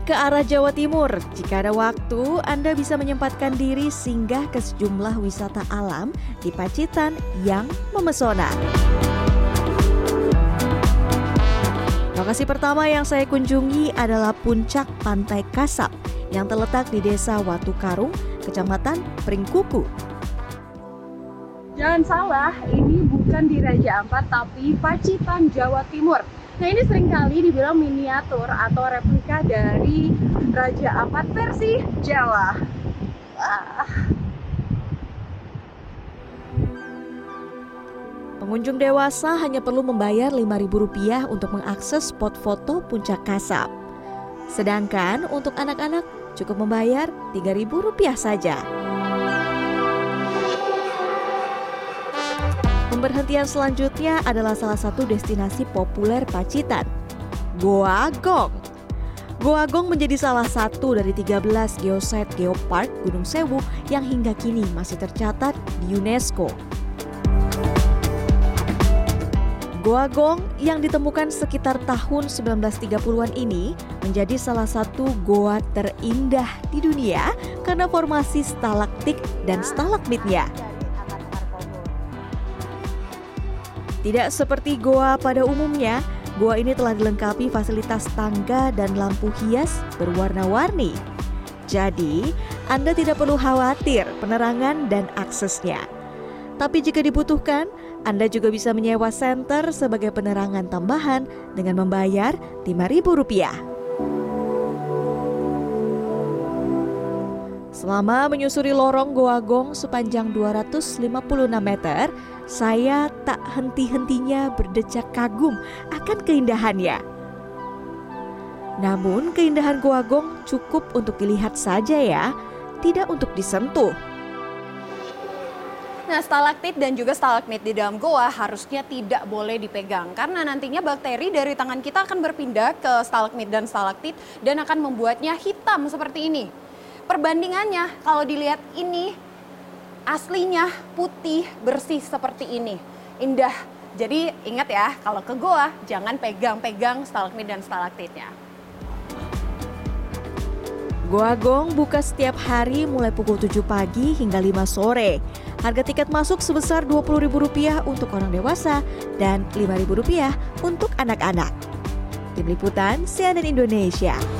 ke arah Jawa Timur. Jika ada waktu, Anda bisa menyempatkan diri singgah ke sejumlah wisata alam di Pacitan yang memesona. Lokasi pertama yang saya kunjungi adalah puncak Pantai Kasab yang terletak di Desa Watu Karung, Kecamatan Pringkuku. Jangan salah, ini bukan di Raja Ampat tapi Pacitan, Jawa Timur. Nah, ini seringkali dibilang miniatur atau replika dari Raja Ampat versi Jawa. Pengunjung dewasa hanya perlu membayar Rp5.000 untuk mengakses spot foto Puncak Kasab. Sedangkan untuk anak-anak cukup membayar Rp3.000 saja. Pemberhentian selanjutnya adalah salah satu destinasi populer Pacitan, Goa Gong. Goa Gong menjadi salah satu dari 13 geosite geopark Gunung Sewu yang hingga kini masih tercatat di UNESCO. Goa Gong yang ditemukan sekitar tahun 1930-an ini menjadi salah satu goa terindah di dunia karena formasi stalaktik dan stalagmitnya. Tidak seperti goa pada umumnya, goa ini telah dilengkapi fasilitas tangga dan lampu hias berwarna-warni. Jadi, Anda tidak perlu khawatir penerangan dan aksesnya. Tapi jika dibutuhkan, Anda juga bisa menyewa senter sebagai penerangan tambahan dengan membayar Rp5.000. Selama menyusuri lorong Goa Gong sepanjang 256 meter, saya tak henti-hentinya berdecak kagum akan keindahannya. Namun keindahan Goa Gong cukup untuk dilihat saja ya, tidak untuk disentuh. Nah, stalaktit dan juga stalagmit di dalam goa harusnya tidak boleh dipegang karena nantinya bakteri dari tangan kita akan berpindah ke stalagmit dan stalaktit dan akan membuatnya hitam seperti ini. Perbandingannya kalau dilihat ini aslinya putih bersih seperti ini. Indah. Jadi ingat ya, kalau ke goa jangan pegang-pegang stalagmit dan stalaktitnya. Goa Gong buka setiap hari mulai pukul 7 pagi hingga 5 sore. Harga tiket masuk sebesar Rp20.000 untuk orang dewasa dan Rp5.000 untuk anak-anak. Tim Liputan CNN Indonesia.